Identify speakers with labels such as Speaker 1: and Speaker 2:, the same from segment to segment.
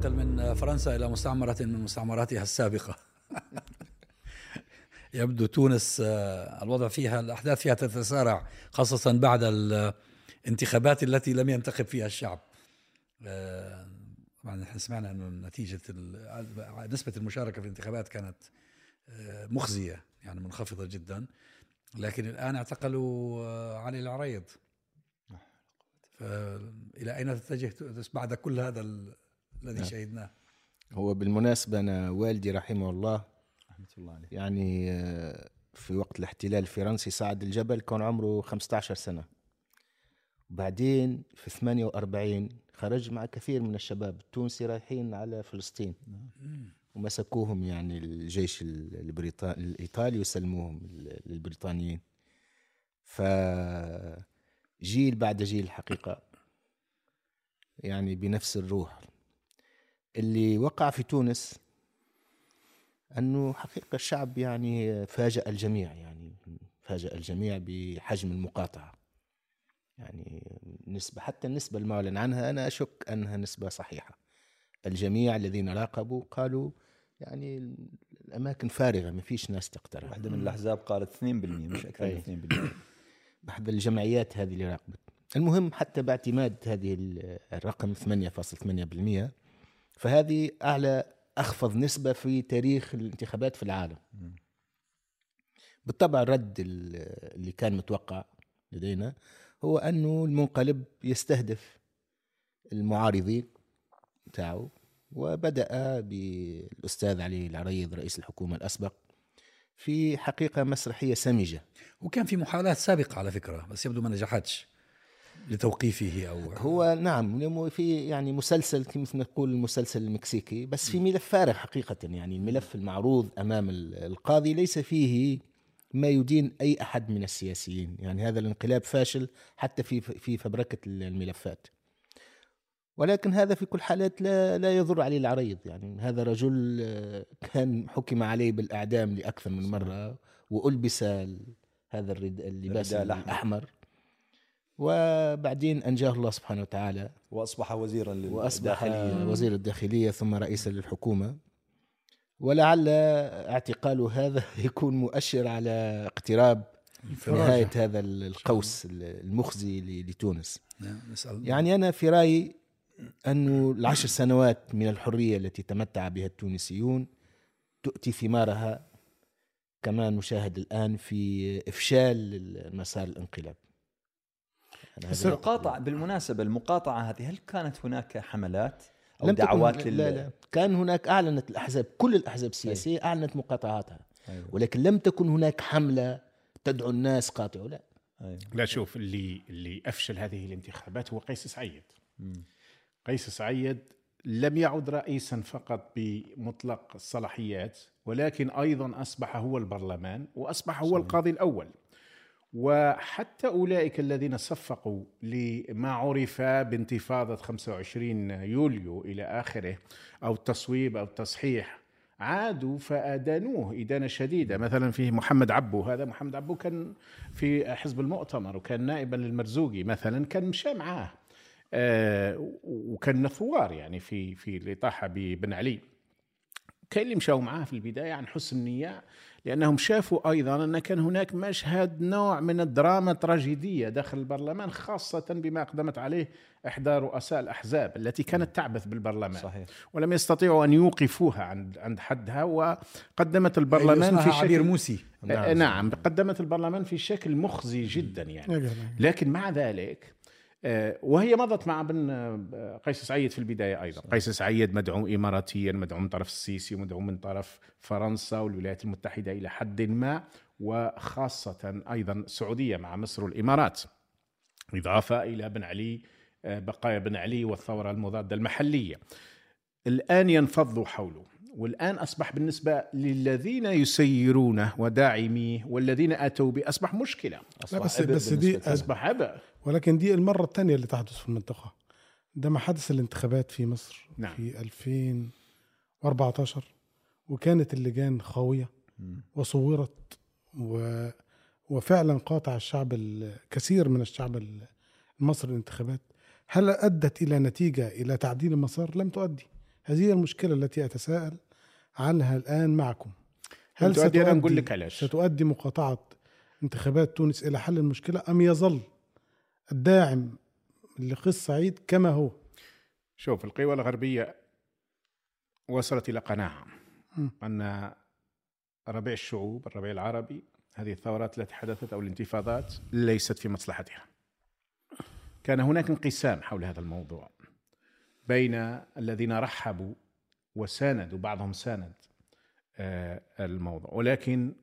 Speaker 1: ننتقل من فرنسا إلى مستعمرة من مستعمراتها السابقة. يبدو تونس الوضع فيها، الأحداث فيها تتسارع، خاصة بعد الانتخابات التي لم ينتخب فيها الشعب. نحن سمعنا أنه نتيجة نسبة المشاركة في الانتخابات كانت مخزية، يعني منخفضة جدا، لكن الآن اعتقلوا علي العريض. فإلى أين تتجه بعد كل هذا الذي شهدناه؟
Speaker 2: هو بالمناسبة أنا والدي رحمه الله
Speaker 3: رحمة الله عليه
Speaker 2: يعني في وقت الاحتلال الفرنسي صعد الجبل كان عمره 15 سنة، وبعدين في 48 خرج مع كثير من الشباب التونسي رايحين على فلسطين ومسكوهم يعني الجيش الإيطالي وسلموهم للبريطانيين. فجيل بعد جيل الحقيقة يعني بنفس الروح. اللي وقع في تونس أنه حقيقة الشعب يعني فاجأ الجميع بحجم المقاطعة، يعني نسبة، حتى النسبة المعلن عنها أنا أشك أنها نسبة صحيحة. الجميع الذين راقبوا قالوا يعني الأماكن فارغة ما فيش ناس تقترب.
Speaker 3: واحدة من الأحزاب قالت 2% مش أكثر من 2%.
Speaker 2: بحد الجمعيات هذه اللي راقبت. المهم حتى باعتماد هذه الرقم 8.8%، فهذه أعلى أخفض نسبة في تاريخ الانتخابات في العالم. بالطبع الرد اللي كان متوقع لدينا هو أنه المنقلب يستهدف المعارضين بتاعه، وبدأ بالأستاذ علي العريض رئيس الحكومة الأسبق في حقيقة مسرحية سمجة.
Speaker 1: وكان في محاولات سابقة على فكرة، بس يبدو ما نجحتش لتوقيفه أو
Speaker 2: هو نعم في يعني مسلسل كما نقول المسلسل المكسيكي، بس في ملف فارغ حقيقة. يعني الملف المعروض أمام القاضي ليس فيه ما يدين أي أحد من السياسيين. يعني هذا الانقلاب فاشل حتى في فبركة الملفات. ولكن هذا في كل حالات لا يضر علي العريض. يعني هذا رجل كان حكم عليه بالإعدام لأكثر من مرة، وألبس هذا اللباس الأحمر، وبعدين أنجاه الله سبحانه وتعالى
Speaker 3: وأصبح وزيرا
Speaker 2: وزير الداخلية ثم رئيسا للحكومة. ولعل اعتقاله هذا يكون مؤشر على اقتراب نهاية هذا القوس المخزي لتونس. يعني أنا في رأيي أنه 10 سنوات من الحرية التي تمتع بها التونسيون تؤتي ثمارها كما نشاهد الآن في إفشال مسار الانقلاب.
Speaker 3: المقاطعة بالمناسبة، المقاطعة هذه هل كانت هناك حملات أو دعوات
Speaker 2: لا كان هناك أعلنت الأحزاب، كل الأحزاب السياسية أعلنت مقاطعاتها. ولكن لم تكن هناك حملة تدعو الناس قاطعوا.
Speaker 4: لا شوف، اللي أفشل هذه الانتخابات هو قيس سعيد. قيس سعيد لم يعد رئيسا فقط بمطلق الصلاحيات، ولكن أيضا أصبح هو البرلمان وأصبح هو القاضي الأول. وحتى أولئك الذين صفقوا لما عرف بانتفاضة 25 يوليو إلى آخره، أو التصويب أو التصحيح، عادوا فأدانوه إدانة شديدة. مثلا فيه محمد عبو، هذا محمد عبو كان في حزب المؤتمر وكان نائبا للمرزوقي مثلا، كان مشى معاه وكان نثوار يعني في الإطاحة ببن علي. كان اللي مشاو معاه في البداية عن حسن النية، لأنهم شافوا أيضا أن كان هناك مشهد نوع من الدراما تراجيدية داخل البرلمان، خاصة بما أقدمت عليه إحدى رؤساء الأحزاب التي كانت تعبث بالبرلمان.
Speaker 3: صحيح.
Speaker 4: ولم يستطيعوا أن يوقفوها عند حدها، وقدمت البرلمان في شكل
Speaker 1: موسي.
Speaker 4: نعم، قدمت البرلمان في شكل مخزي جدا يعني. لكن مع ذلك وهي مضت مع بن قيس سعيد في البداية أيضا. قيس سعيد مدعوم إماراتيا، مدعوم من طرف السيسي ومدعوم من طرف فرنسا والولايات المتحدة إلى حد ما، وخاصة أيضا السعودية مع مصر والإمارات، إضافة إلى بن علي، بقايا بن علي والثورة المضادة المحلية. الآن ينفضوا حوله، والآن أصبح بالنسبة للذين يسيرونه وداعميه والذين أتوا به أصبح مشكلة.
Speaker 5: بس دي
Speaker 4: أصبح عبء.
Speaker 5: ولكن دي المرة الثانية اللي تحدث في المنطقة. عندما حدث الانتخابات في مصر
Speaker 4: نعم.
Speaker 5: في 2014 وكانت اللجان خاوية وصورت وفعلا قاطع الشعب الكثير من الشعب المصري الانتخابات. هل أدت إلى نتيجة إلى تعديل المسار؟ لم تؤدي. هذه هي المشكلة التي أتساءل عنها الآن معكم. هل ستؤدي مقاطعة انتخابات تونس إلى حل المشكلة، أم يظل الداعم لقيس سعيد كما هو؟
Speaker 4: شوف، القوى الغربية وصلت إلى قناعة أن ربيع الشعوب، الربيع العربي، هذه الثورات التي حدثت أو الانتفاضات ليست في مصلحتها. كان هناك انقسام حول هذا الموضوع بين الذين رحبوا وساندوا، بعضهم ساند الموضوع، ولكن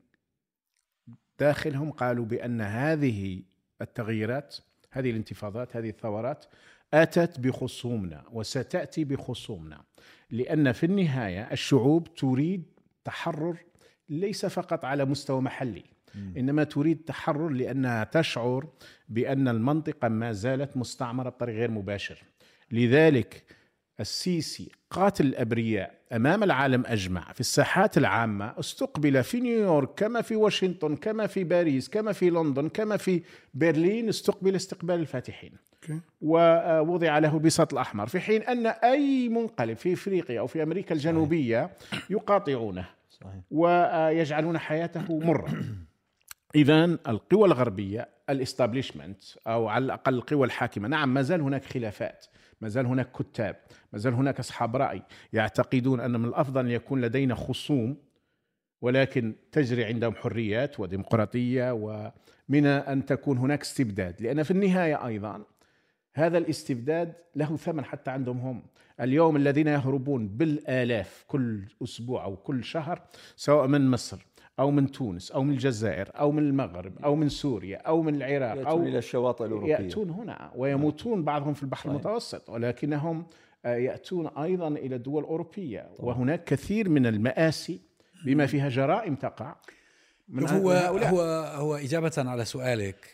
Speaker 4: داخلهم قالوا بأن هذه التغييرات، هذه الانتفاضات، هذه الثورات أتت بخصومنا وستأتي بخصومنا، لأن في النهاية الشعوب تريد تحرر ليس فقط على مستوى محلي، إنما تريد تحرر لأنها تشعر بأن المنطقة ما زالت مستعمرة بطريق غير مباشر. لذلك السيسي قاتل الأبرياء أمام العالم أجمع في الساحات العامة، استقبل في نيويورك كما في واشنطن كما في باريس كما في لندن كما في برلين، استقبل استقبال الفاتحين ووضع له البساط الأحمر، في حين أن أي منقلب في إفريقيا أو في أمريكا الجنوبية يقاطعونه ويجعلون حياته مرة. إذن القوى الغربية، الاستابليشمنت، أو على الأقل القوى الحاكمة، نعم ما زال هناك خلافات، ما زال هناك كتاب، ما زال هناك أصحاب رأي يعتقدون أن من الأفضل أن يكون لدينا خصوم، ولكن تجري عندهم حريات وديمقراطية، ومن أن تكون هناك استبداد، لأن في النهاية أيضا هذا الاستبداد له ثمن حتى عندهم هم. اليوم الذين يهربون بالآلاف كل أسبوع أو كل شهر، سواء من مصر أو من تونس أو من الجزائر أو من المغرب أو من سوريا أو من العراق أو
Speaker 3: إلى الشواطئ الأوروبية،
Speaker 4: يأتون هنا ويموتون بعضهم في البحر المتوسط، ولكنهم يأتون أيضا إلى الدول الأوروبية. وهناك كثير من المآسي بما فيها جرائم تقع من
Speaker 1: هو إجابة على سؤالك،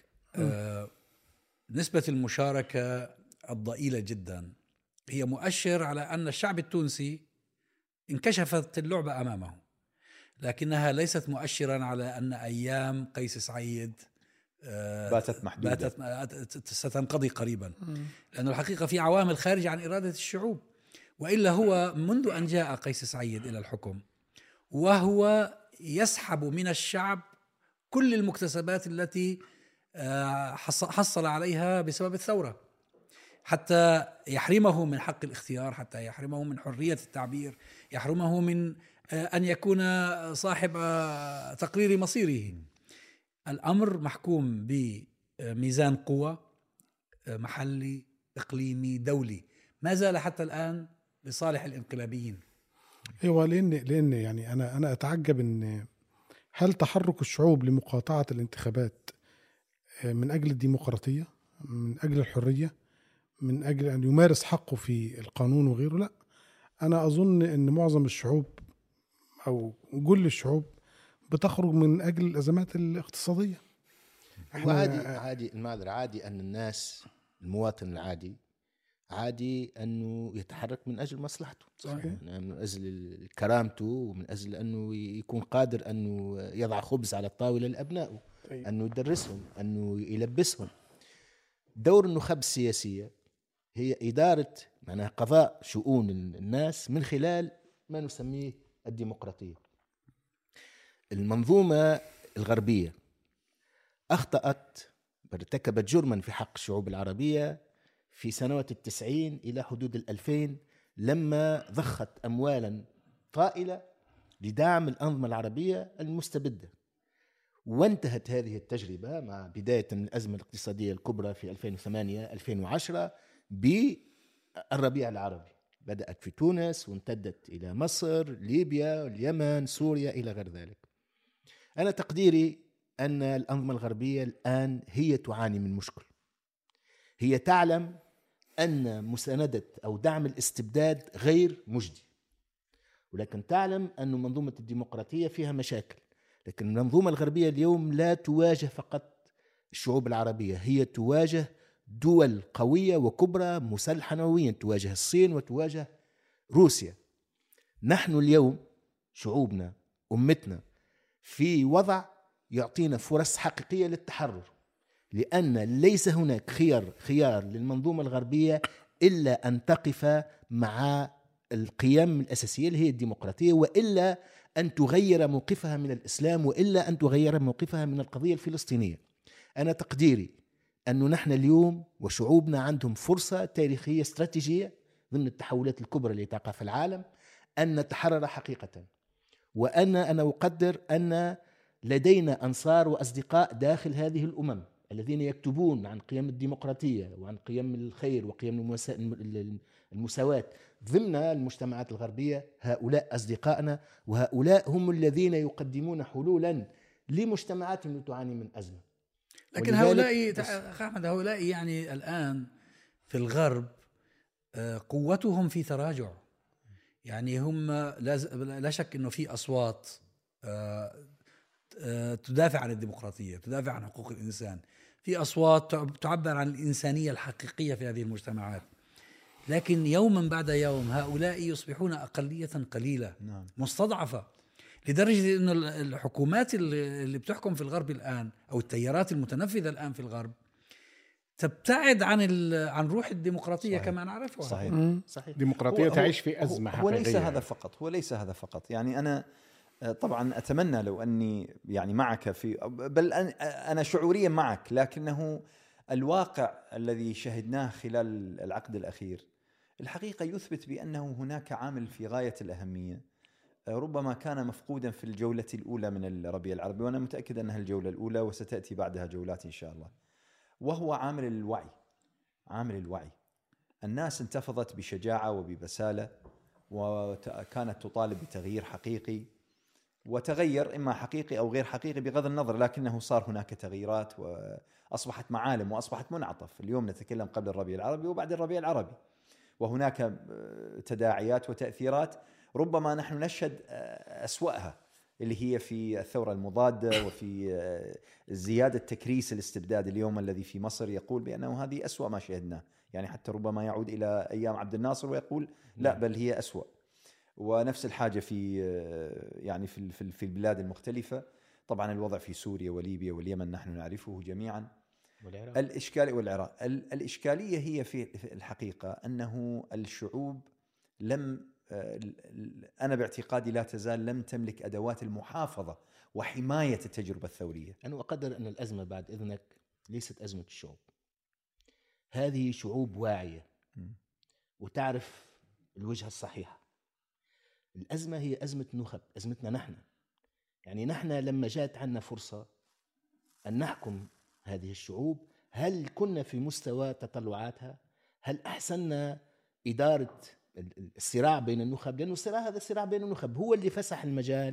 Speaker 1: نسبة المشاركة الضئيلة جدا هي مؤشر على أن الشعب التونسي انكشفت اللعبة أمامه، لكنها ليست مؤشرا على أن أيام قيس سعيد
Speaker 3: باتت محدودة،
Speaker 1: ستنقضي قريبا، لأن الحقيقة في عوامل خارجة عن إرادة الشعوب. وإلا هو منذ أن جاء قيس سعيد إلى الحكم وهو يسحب من الشعب كل المكتسبات التي حصل عليها بسبب الثورة، حتى يحرمه من حق الاختيار، حتى يحرمه من حرية التعبير، يحرمه من أن يكون صاحب تقرير مصيره. الأمر محكوم بميزان قوة محلي إقليمي دولي ما زال حتى الآن لصالح الانقلابيين.
Speaker 5: ايوه، لان يعني انا اتعجب ان هل تحرك الشعوب لمقاطعة الانتخابات من اجل الديمقراطية، من اجل الحرية، من اجل ان يمارس حقه في القانون وغيره؟ لا، انا اظن ان معظم الشعوب او كل الشعوب بتخرج من اجل الازمات الاقتصادية.
Speaker 2: عادي المعذرة، عادي ان الناس، المواطن العادي عادي أنه يتحرك من أجل مصلحته،
Speaker 5: صحيح.
Speaker 2: من أجل كرامته، ومن أجل أنه يكون قادر أنه يضع خبز على الطاولة لأبنائه، أنه يدرسهم، أنه يلبسهم. دور النخب السياسية هي إدارة، معناها قضاء شؤون الناس من خلال ما نسميه الديمقراطية. المنظومة الغربية أخطأت، ارتكبت جرما في حق الشعوب العربية في سنوات 90 إلى حدود 2000 لما ضخت أموالا طائلة لدعم الأنظمة العربية المستبدة. وانتهت هذه التجربة مع بداية الأزمة الاقتصادية الكبرى في 2008-2010 بالربيع العربي، بدأت في تونس وامتدت إلى مصر، ليبيا، اليمن، سوريا إلى غير ذلك. أنا تقديري أن الأنظمة الغربية الآن هي تعاني من مشكل. هي تعلم أن مساندة أو دعم الاستبداد غير مجدي، ولكن تعلم أن منظومة الديمقراطية فيها مشاكل. لكن المنظومة الغربية اليوم لا تواجه فقط الشعوب العربية، هي تواجه دول قوية وكبرى مسلحة نوويا، تواجه الصين وتواجه روسيا. نحن اليوم شعوبنا، أمتنا، في وضع يعطينا فرص حقيقية للتحرر، لأن ليس هناك خيار للمنظومة الغربية إلا أن تقف مع القيم الأساسية اللي هي الديمقراطية، وإلا أن تغير موقفها من الإسلام، وإلا أن تغير موقفها من القضية الفلسطينية. أنا تقديري أنه نحن اليوم وشعوبنا عندهم فرصة تاريخية استراتيجية ضمن التحولات الكبرى اللي تقع في العالم أن نتحرر حقيقة. وأنا أقدر أن لدينا أنصار وأصدقاء داخل هذه الأمم الذين يكتبون عن قيم الديمقراطية وعن قيم الخير وقيم المساواة ضمن المجتمعات الغربية. هؤلاء أصدقائنا، وهؤلاء هم الذين يقدمون حلولا لمجتمعات تعاني من أزمة.
Speaker 1: لكن هؤلاء أحمد، هؤلاء يعني الآن في الغرب قوتهم في تراجع. يعني هم لا شك أنه في أصوات تدافع عن الديمقراطية، تدافع عن حقوق الإنسان، في أصوات تعبر عن الإنسانية الحقيقية في هذه المجتمعات، لكن يوما بعد يوم هؤلاء يصبحون أقلية قليلة مستضعفة، لدرجة أن الحكومات اللي بتحكم في الغرب الآن أو التيارات المتنفذة الآن في الغرب تبتعد عن روح الديمقراطية. صحيح. كما نعرفها.
Speaker 2: صحيح.
Speaker 4: الديمقراطية تعيش في أزمة حقيقية.
Speaker 3: وليس هذا فقط. يعني أنا طبعا أتمنى لو أني يعني معك بل أنا شعوريا معك، لكنه الواقع الذي شهدناه خلال العقد الأخير الحقيقة يثبت بأنه هناك عامل في غاية الأهمية ربما كان مفقودا في الجولة الأولى من الربيع العربي، وأنا متأكد أنها الجولة الأولى وستأتي بعدها جولات إن شاء الله، وهو عامل الوعي. عامل الوعي. الناس انتفضت بشجاعة وببسالة وكانت تطالب بتغيير حقيقي، وتغير إما حقيقي أو غير حقيقي بغض النظر، لكنه صار هناك تغييرات وأصبحت معالم وأصبحت منعطف. اليوم نتكلم قبل الربيع العربي وبعد الربيع العربي، وهناك تداعيات وتأثيرات ربما نحن نشهد أسوأها اللي هي في الثورة المضادة وفي زيادة تكريس الاستبداد اليوم الذي في مصر يقول بأنه هذه أسوأ ما شهدناه. يعني حتى ربما يعود إلى أيام عبد الناصر ويقول لا بل هي أسوأ. ونفس الحاجة في يعني في البلاد المختلفة. طبعا الوضع في سوريا وليبيا واليمن نحن نعرفه جميعا، والعراق. الإشكالية هي في الحقيقة أنه الشعوب أنا باعتقادي لا تزال لم تملك أدوات المحافظة وحماية التجربة الثورية.
Speaker 2: أنا أقدر أن الأزمة بعد إذنك ليست أزمة الشعوب، هذه شعوب واعية وتعرف الوجهة الصحيحة. الأزمة هي أزمة نخب، أزمتنا نحن. يعني نحن لما جاءت عنا فرصة أن نحكم هذه الشعوب، هل كنا في مستوى تطلعاتها؟ هل أحسننا إدارة الصراع بين النخب؟ لأنه هذا الصراع بين النخب هو اللي فسح المجال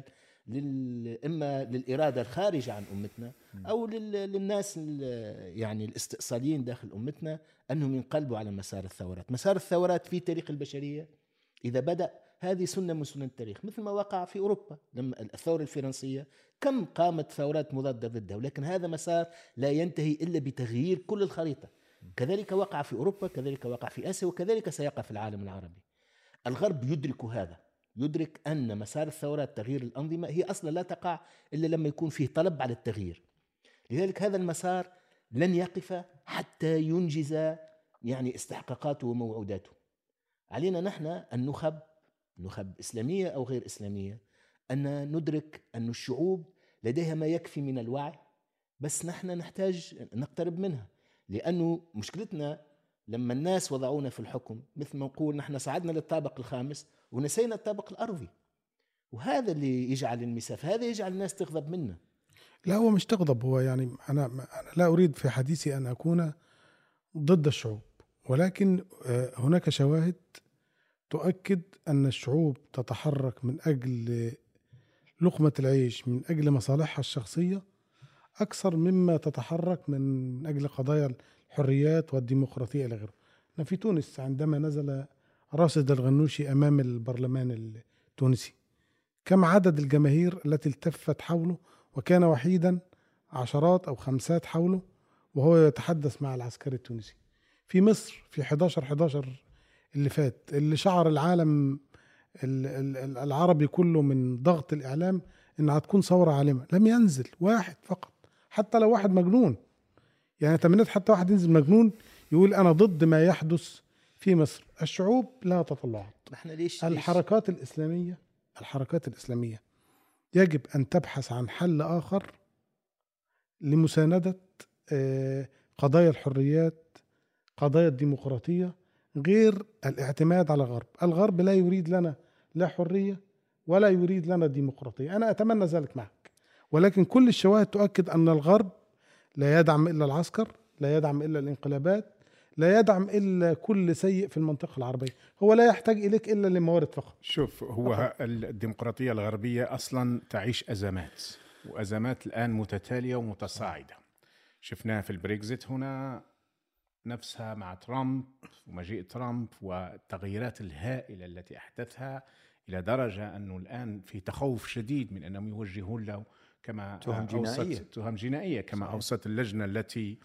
Speaker 2: إما للإرادة الخارجة عن أمتنا أو للناس يعني الاستئصاليين داخل أمتنا أنهم ينقلبوا على مسار الثورات. مسار الثورات في تاريخ البشرية إذا بدأ هذه سنة من سنن التاريخ، مثل ما وقع في أوروبا لما الثورة الفرنسية كم قامت ثورات مضادة ضدها، ولكن هذا مسار لا ينتهي إلا بتغيير كل الخريطة. كذلك وقع في أوروبا، كذلك وقع في آسيا، وكذلك سيقع في العالم العربي. الغرب يدرك هذا، يدرك أن مسار الثورات تغيير الأنظمة هي أصلا لا تقع إلا لما يكون فيه طلب على التغيير. لذلك هذا المسار لن يقف حتى ينجز يعني استحقاقاته وموعوداته. علينا نحن النخب، نخب إسلامية أو غير إسلامية، أن ندرك أن الشعوب لديها ما يكفي من الوعي، بس نحن نحتاج نقترب منها. لأنه مشكلتنا لما الناس وضعونا في الحكم مثل ما نقول نحن صعدنا للطابق الخامس ونسينا الطابق الأرضي، وهذا اللي يجعل المسافة، هذا يجعل الناس تغضب منا.
Speaker 5: لا هو مش تغضب، هو يعني أنا لا أريد في حديثي أن أكون ضد الشعوب، ولكن هناك شواهد تؤكد أن الشعوب تتحرك من أجل لقمة العيش، من أجل مصالحها الشخصية أكثر مما تتحرك من أجل قضايا الحريات والديمقراطية إلى غيره. في تونس عندما نزل راشد الغنوشي أمام البرلمان التونسي، كم عدد الجماهير التي التفت حوله، وكان وحيدا عشرات أو خمسات حوله وهو يتحدث مع العسكري التونسي. في مصر في 11 اللي فات، اللي شعر العالم العربي كله من ضغط الإعلام إنها تكون ثورة عالمة، لم ينزل واحد فقط، حتى لو واحد مجنون. يعني تمنيت حتى واحد ينزل مجنون يقول أنا ضد ما يحدث في مصر. الشعوب لها تطلعات.
Speaker 2: احنا ليش
Speaker 5: الحركات الإسلامية يجب أن تبحث عن حل آخر لمساندة قضايا الحريات، قضايا الديمقراطية، غير الاعتماد على الغرب. الغرب لا يريد لنا لا حرية ولا يريد لنا ديمقراطية، أنا أتمنى ذلك معك، ولكن كل الشواهد تؤكد أن الغرب لا يدعم إلا العسكر، لا يدعم إلا الانقلابات، لا يدعم إلا كل سيء في المنطقة العربية. هو لا يحتاج إليك إلا لموارد فقط.
Speaker 4: شوف، هو الديمقراطية الغربية أصلا تعيش أزمات، وأزمات الآن متتالية ومتصاعدة. شفناها في البريكزيت هنا نفسها مع ترامب ومجيء ترامب والتغييرات الهائلة التي أحدثها، إلى درجة أنه الآن في تخوف شديد من أنهم يوجهون له كما تهم جنائية كما صحيح. أوصت اللجنة التي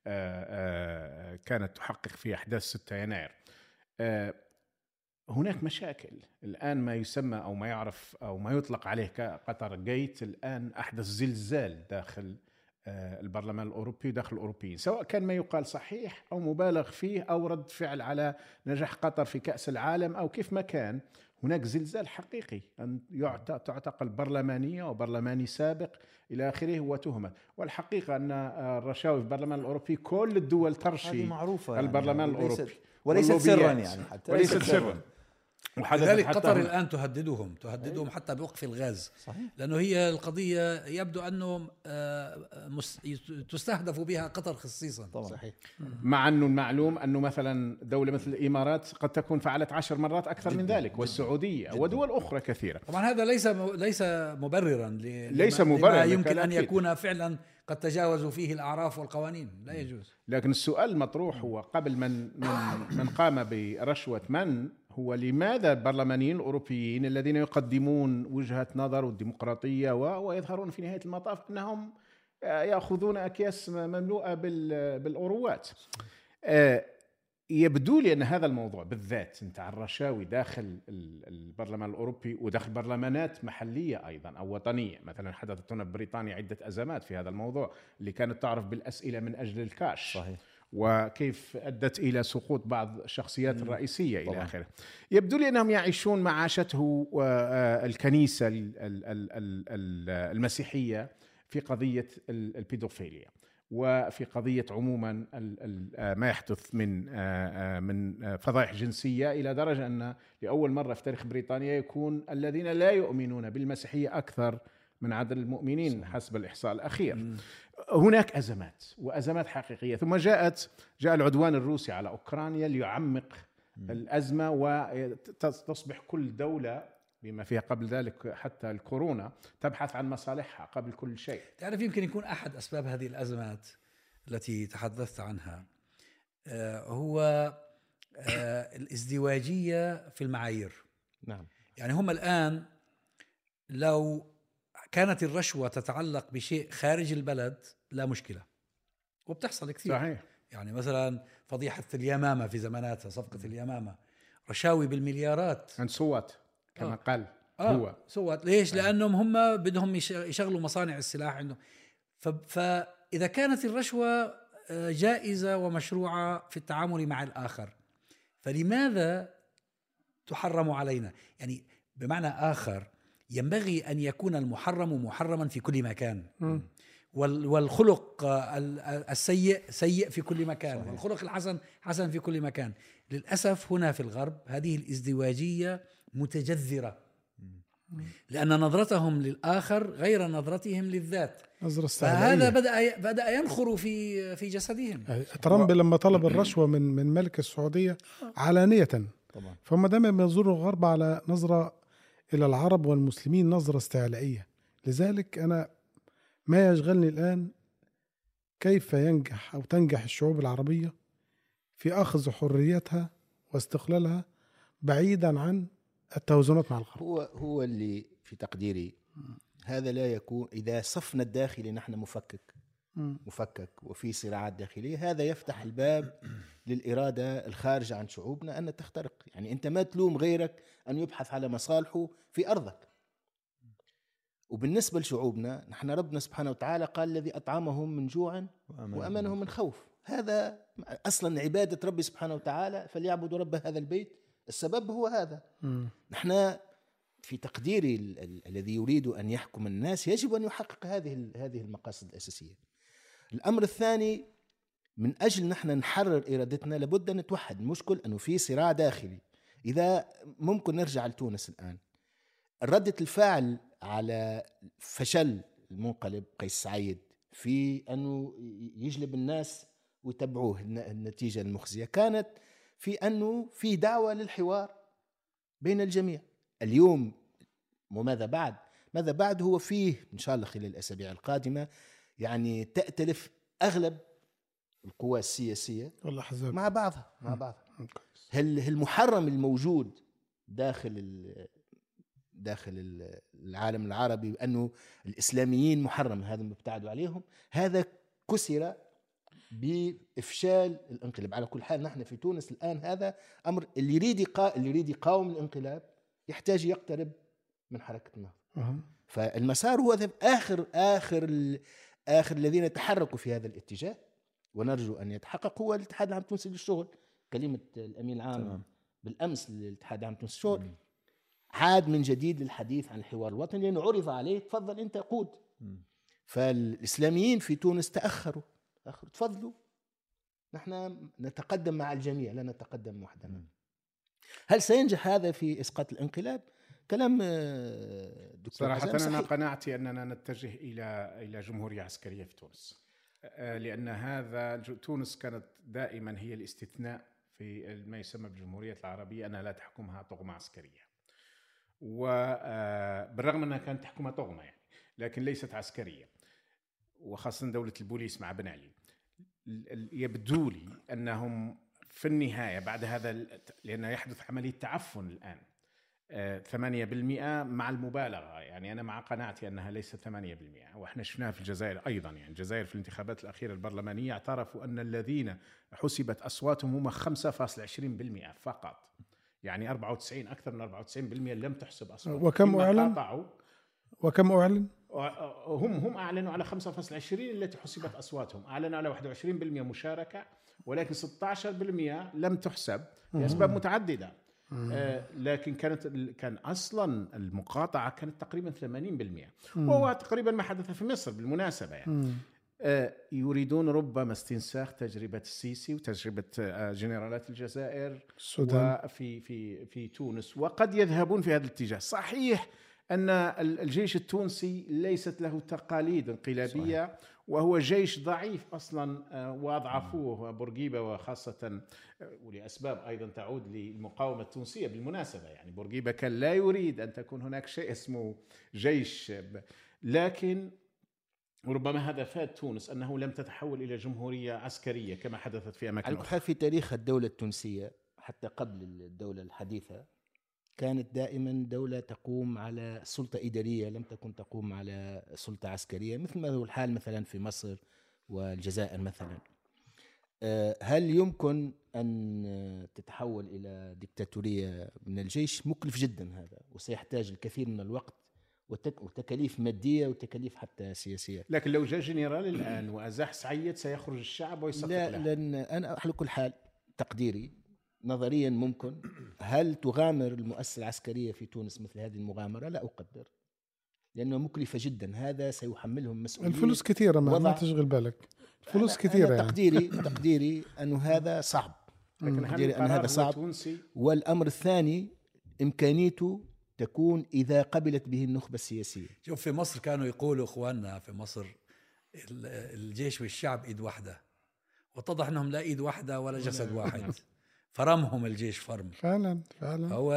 Speaker 4: كانت تحقق في أحداث 6 يناير. هناك مشاكل الآن، ما يسمى أو ما يعرف أو ما يطلق عليه كقطر جيت. الآن أحدث زلزال داخل البرلمان الأوروبي، داخل الأوروبيين، سواء كان ما يقال صحيح أو مبالغ فيه أو رد فعل على نجاح قطر في كأس العالم أو كيف ما كان. هناك زلزال حقيقي أن تعتقل برلمانية وبرلماني سابق إلى آخره وتهمة. والحقيقة أن الرشاوي في البرلمان الأوروبي كل الدول ترشي
Speaker 3: معروفة
Speaker 4: البرلمان
Speaker 3: يعني
Speaker 4: الأوروبي
Speaker 3: وليست سرا، يعني حتى
Speaker 4: وليست سرا.
Speaker 1: لذلك قطر الآن تهددهم حتى بوقف الغاز. صحيح. لأنه هي القضية يبدو أنه تستهدف بها قطر خصيصا.
Speaker 2: طبعا. صحيح.
Speaker 4: مع أنه المعلوم أنه مثلا دولة مثل الإمارات قد تكون فعلت 10 مرات أكثر جداً من ذلك، والسعودية جداً ودول أخرى كثيرة.
Speaker 1: طبعا هذا ليس مبررا
Speaker 4: لما
Speaker 1: يمكن أن يكون فعلا قد تجاوزوا فيه الأعراف والقوانين، لا يجوز.
Speaker 4: لكن السؤال المطروح هو قبل من قام برشوة من هو لماذا البرلمانيين الأوروبيين الذين يقدمون وجهة نظر والديمقراطية ويظهرون في نهاية المطاف أنهم يأخذون أكياس مملوءة بالأوروات. يبدو لي أن هذا الموضوع بالذات نتاع الرشاوي داخل البرلمان الأوروبي وداخل برلمانات محلية أيضا أو وطنية، مثلا حدثت هنا بريطانيا عدة أزمات في هذا الموضوع اللي كانت تعرف بالأسئلة من أجل الكاش. صحيح. وكيف أدت إلى سقوط بعض الشخصيات الرئيسية إلى آخره. يبدو لي أنهم يعيشون ما عاشته الكنيسة المسيحية في قضية البيدوفيليا وفي قضية عموما ما يحدث من فضائح جنسية، إلى درجة أن لأول مرة في تاريخ بريطانيا يكون الذين لا يؤمنون بالمسيحية أكثر من عدد المؤمنين حسب الإحصاء الأخير. هناك أزمات وأزمات حقيقية، ثم جاء العدوان الروسي على أوكرانيا ليعمق الأزمة، وتصبح كل دولة بما فيها قبل ذلك حتى الكورونا تبحث عن مصالحها قبل كل شيء.
Speaker 1: تعرف يمكن يكون أحد أسباب هذه الأزمات التي تحدثت عنها هو الازدواجية في المعايير.
Speaker 2: نعم.
Speaker 1: يعني هم الآن لو كانت الرشوة تتعلق بشيء خارج البلد لا مشكلة، وبتحصل كثير.
Speaker 4: صحيح.
Speaker 1: يعني مثلا فضيحة اليمامة في زماناتها، صفقة اليمامة، رشاوي بالمليارات
Speaker 4: عن صوات كما قال هو
Speaker 1: صوت. ليش؟ لأنهم هم بدهم يشغلوا مصانع السلاح عندهم. فإذا كانت الرشوة جائزة ومشروعة في التعامل مع الآخر، فلماذا تحرم علينا؟ يعني بمعنى آخر ينبغي أن يكون المحرم محرما في كل مكان، والخلق السيء سيء في كل مكان. صحيح. والخلق الحسن حسن في كل مكان. للأسف هنا في الغرب هذه الازدواجية متجذرة، لأن نظرتهم للآخر غير نظرتهم للذات، فهذا بدأ ينخر في جسدهم.
Speaker 5: ترامب لما طلب الرشوة من ملك السعودية علانية طبعا، فهم دائما ينظروا الغرب على نظرة إلى العرب والمسلمين نظرة استعلائية. لذلك أنا ما يشغلني الآن كيف ينجح أو تنجح الشعوب العربية في أخذ حريتها واستقلالها بعيدا عن التوازنات مع الغرب.
Speaker 2: هو اللي في تقديري هذا لا يكون إذا صفنا الداخلي نحن مفكك وفي صراعات داخلية، هذا يفتح الباب للإرادة الخارجة عن شعوبنا أن تخترق. يعني أنت ما تلوم غيرك أن يبحث على مصالحه في أرضك. وبالنسبة لشعوبنا نحن ربنا سبحانه وتعالى قال الذي أطعمهم من جوع وأمنهم من خوف. هذا أصلا عبادة ربي سبحانه وتعالى، فليعبدوا رب هذا البيت السبب هو هذا. نحن في تقديري الذي يريد أن يحكم الناس يجب أن يحقق هذه المقاصد الأساسية. الأمر الثاني، من أجل نحن نحرر إرادتنا لابد أن نتوحد. المشكل أنه في صراع داخلي. إذا ممكن نرجع لتونس الآن، ردة الفعل على فشل المنقلب قيس سعيد في أنه يجلب الناس ويتبعوه النتيجة المخزية كانت في أنه في دعوة للحوار بين الجميع. اليوم وماذا بعد؟ ماذا بعد هو فيه إن شاء الله خلال الأسابيع القادمة يعني تأتلف أغلب القوى السياسية
Speaker 5: والأحزاب
Speaker 2: مع بعضها. هل المحرم الموجود داخل العالم العربي أنه الإسلاميين محرم، هذا مبتعدوا عليهم، هذا كسر بإفشال الانقلاب. على كل حال نحن في تونس الآن هذا أمر اللي يريد يقاوم الانقلاب يحتاج يقترب من حركة النهضة. فالمسار هو آخر الذين يتحركوا في هذا الاتجاه، ونرجو أن يتحقق، هو الاتحاد العام التونسي للشغل. كلمة الأمين العام بالأمس للاتحاد العام التونسي للشغل عاد من جديد للحديث عن الحوار الوطني لأنه عرض عليه تفضل أنت قود. فالإسلاميين في تونس تأخروا. تفضلوا، نحن نتقدم مع الجميع لا نتقدم وحدنا. هل سينجح هذا في إسقاط الانقلاب؟ كلام دكتور
Speaker 4: صراحة
Speaker 2: حسام
Speaker 4: أنا
Speaker 2: صحيح.
Speaker 4: قناعتي أننا نتجه إلى جمهورية عسكرية في تونس، لأن هذا تونس كانت دائما هي الاستثناء في ما يسمى بالجمهورية العربية، أنها لا تحكمها طغمة عسكرية، وبالرغم أنها كانت تحكمها طغمة يعني، لكن ليست عسكرية، وخاصة دولة البوليس مع بن علي. يبدو لي أنهم في النهاية بعد هذا، لأن يحدث عملية تعفن الآن 8% مع المبالغة، يعني أنا مع قناعتي أنها ليست 8%، وإحنا شفناها في الجزائر أيضا. يعني الجزائر في الانتخابات الأخيرة البرلمانية اعترفوا أن الذين حسبت أصواتهم هم 5.20% فقط، يعني 94 أكثر من 94% لم تحسب أصواتهم.
Speaker 5: وكم أعلن؟
Speaker 4: هم أعلنوا على 5.20 التي حسبت أصواتهم، أعلنوا على 21% مشاركة، ولكن 16% لم تحسب لأسباب متعددة. لكن كان أصلا المقاطعة كانت تقريبا 80%، وهو تقريبا ما حدث في مصر بالمناسبة يعني. يريدون ربما استنساخ تجربة السيسي وتجربة جنرالات الجزائر وفي تونس، وقد يذهبون في هذا الاتجاه. صحيح أن الجيش التونسي ليست له تقاليد انقلابية، صحيح. وهو جيش ضعيف أصلا، وأضعفوه بورقيبة، وخاصة ولأسباب أيضا تعود للمقاومة التونسية بالمناسبة. يعني بورقيبة كان لا يريد أن تكون هناك شيء اسمه جيش، لكن وربما هذا فاد تونس أنه لم تتحول إلى جمهورية عسكرية كما حدثت في أماكن أخرى.
Speaker 2: في تاريخ الدولة التونسية حتى قبل الدولة الحديثة كانت دائما دولة تقوم على سلطة إدارية، لم تكن تقوم على سلطة عسكرية، مثل ما هو الحال مثلا في مصر والجزائر مثلا. هل يمكن أن تتحول إلى ديكتاتورية من الجيش؟ مكلف جدا هذا، وسيحتاج الكثير من الوقت وتكاليف مادية وتكاليف حتى سياسية.
Speaker 4: لكن لو جاء جنرال الآن وأزاح سعيد سيخرج الشعب ويسقط له.
Speaker 2: لأن أنا على كل حال تقديري نظريا ممكن. هل تغامر المؤسسة العسكرية في تونس مثل هذه المغامرة؟ لا أقدر، لأنه مكلفة جدا. هذا سيحملهم مسؤولية،
Speaker 5: الفلوس كثيرة، ما تشغل بالك، الفلوس كثيرة.
Speaker 2: يعني تقديري أنه هذا صعب،
Speaker 4: تقديري أن هذا صعب.
Speaker 2: والأمر الثاني إمكانيته تكون إذا قبلت به النخبة السياسية.
Speaker 1: شوف في مصر كانوا يقولوا إخواننا في مصر الجيش والشعب إيد واحدة، واتضح أنهم لا إيد واحدة ولا جسد واحد. فرمهم الجيش فرم
Speaker 5: فعلا.
Speaker 1: هو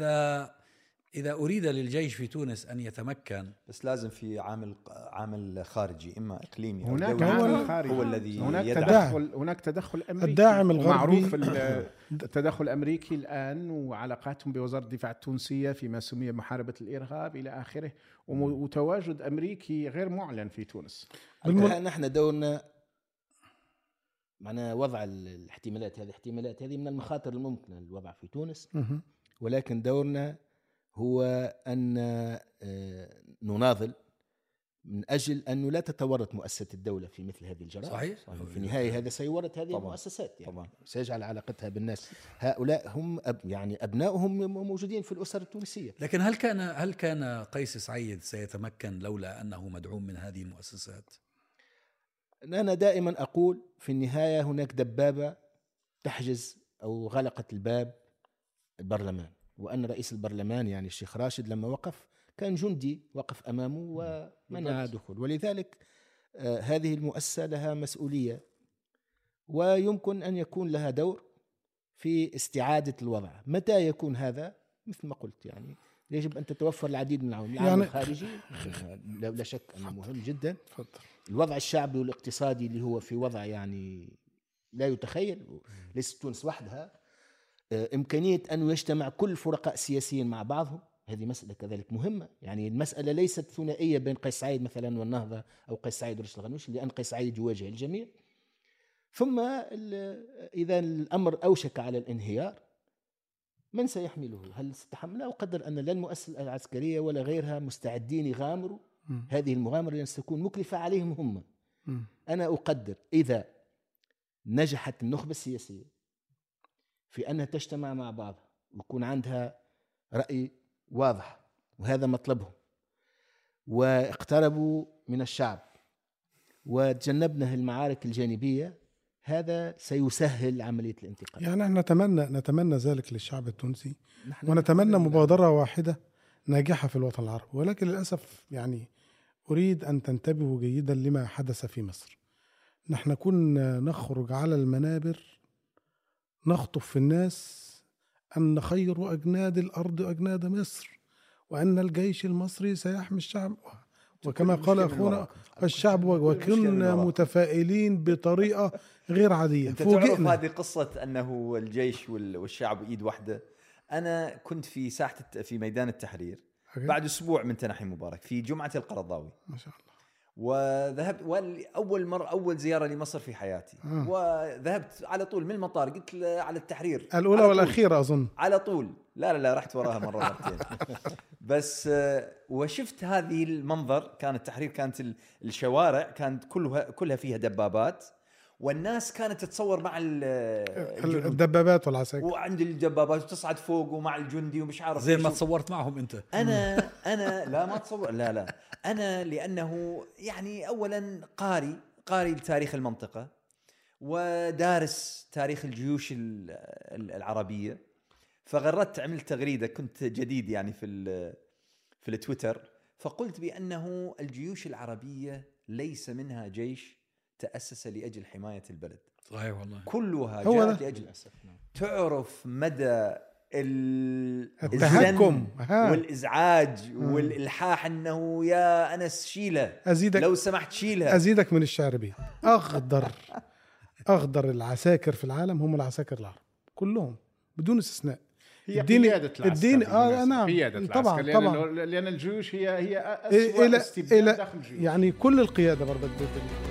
Speaker 1: إذا أريد للجيش في تونس أن يتمكن،
Speaker 3: بس لازم في عامل خارجي، إما إقليمي أو
Speaker 4: هناك
Speaker 3: دولي،
Speaker 4: خارجي
Speaker 3: هو الذي
Speaker 4: هناك تدخل أمريكي.
Speaker 5: الداعم الغربي
Speaker 4: معروف التدخل الأمريكي الآن، وعلاقاتهم بوزارة الدفاع التونسية فيما سمي محاربة الإرهاب إلى آخره، وتواجد أمريكي غير معلن في تونس.
Speaker 2: نحن دورنا معنا وضع الاحتمالات هذه من المخاطر الممكنة للوضع في تونس، ولكن دورنا هو أن نناضل من أجل أنه لا تتورط مؤسسة الدولة في مثل هذه الجرائم.
Speaker 1: صحيح.
Speaker 2: في النهاية هذا سيورط هذه
Speaker 3: طبعاً.
Speaker 2: المؤسسات يعني.
Speaker 3: طبعا
Speaker 2: سيجعل علاقتها بالناس. هؤلاء هم يعني أبنائهم موجودين في الأسر التونسية.
Speaker 1: لكن هل كان قيس سعيد سيتمكن لولا أنه مدعوم من هذه المؤسسات؟
Speaker 2: أنا دائما أقول في النهاية هناك دبابة تحجز أو غلقت الباب البرلمان، وأن رئيس البرلمان يعني الشيخ راشد لما وقف كان جندي وقف أمامه ومنع دخول. ولذلك هذه المؤسسة لها مسؤولية، ويمكن أن يكون لها دور في استعادة الوضع. متى يكون هذا؟ مثل ما قلت يعني يجب أن تتوفر العديد من العوامل. العامل الخارجي لا شك أنه مهم جدا. الوضع الشعبي والاقتصادي اللي هو في وضع يعني لا يتخيل، ليست تونس وحدها. إمكانية أن يجتمع كل فرقاء السياسيين مع بعضهم، هذه مسألة كذلك مهمة. يعني المسألة ليست ثنائية بين قيس سعيد مثلا والنهضة أو قيس سعيد ورشد الغنوشي، لأن قيس سعيد يواجه الجميع. ثم إذا الأمر أوشك على الانهيار من سيحمله؟ هل ستحمله؟ أقدر أن لا المؤسسة العسكرية ولا غيرها مستعدين يغامروا هذه المغامرة لأن ستكون مكلفة عليهم هم. أنا أقدر إذا نجحت النخبة السياسية في أنها تجتمع مع بعضها ويكون عندها رأي واضح، وهذا مطلبهم، واقتربوا من الشعب وتجنبنا المعارك الجانبية، هذا سيسهل عملية الانتقال.
Speaker 5: يعني احنا نتمنى ذلك للشعب التونسي، ونتمنى مبادرة واحدة ناجحة في الوطن العربي. ولكن للأسف يعني أريد أن تنتبهوا جيدا لما حدث في مصر. نحن كنا نخرج على المنابر نخطب في الناس أن خير أجناد الأرض أجناد مصر، وأن الجيش المصري سيحمي الشعب، وكما قال أخونا الشعب، وكنا متفائلين بطريقة غير عادية.
Speaker 3: أنت تعرف هذه قصة أنه الجيش والشعب إيد واحدة. أنا كنت في ساحة في ميدان التحرير بعد أسبوع من تنحي مبارك في جمعة القرضاوي
Speaker 5: ما شاء الله،
Speaker 3: وذهبت أول زيارة لمصر في حياتي. وذهبت على طول من المطار، قلت على التحرير
Speaker 5: الأولى والأخيرة أظن
Speaker 3: على طول. لا رحت وراها مرة مرتين بس. وشفت هذه المنظر. كان التحرير كانت الشوارع كانت كلها فيها دبابات، والناس كانت تتصور مع
Speaker 5: الدبابات والعساكر،
Speaker 3: وعند الدبابات وتصعد فوق ومع الجندي ومش عارف
Speaker 1: زي ما تصورت معهم انت.
Speaker 3: انا لا ما اتصور، لا انا لانه يعني اولا قاري لتاريخ المنطقه ودارس تاريخ الجيوش العربيه. فغردت عملت تغريده، كنت جديد يعني في التويتر، فقلت بانه الجيوش العربية ليس منها جيش تأسس لأجل حماية البلد.
Speaker 1: صحيح والله،
Speaker 3: كلها جاءت لأجل تعرف مدى
Speaker 5: التهكم
Speaker 3: والإزعاج والإلحاح أنه يا أنس شيلها لو سمحت شيلها.
Speaker 5: أزيدك من الشعر أخضر العساكر في العالم هم العساكر العرب كلهم بدون استثناء.
Speaker 4: هي قيادة العسكر.
Speaker 5: نعم
Speaker 4: قيادة
Speaker 5: طبعا
Speaker 4: العسكر
Speaker 5: طبعا
Speaker 4: لأن الجيوش هي أسوأ استبداد داخل الجيوش.
Speaker 5: يعني كل القيادة برضك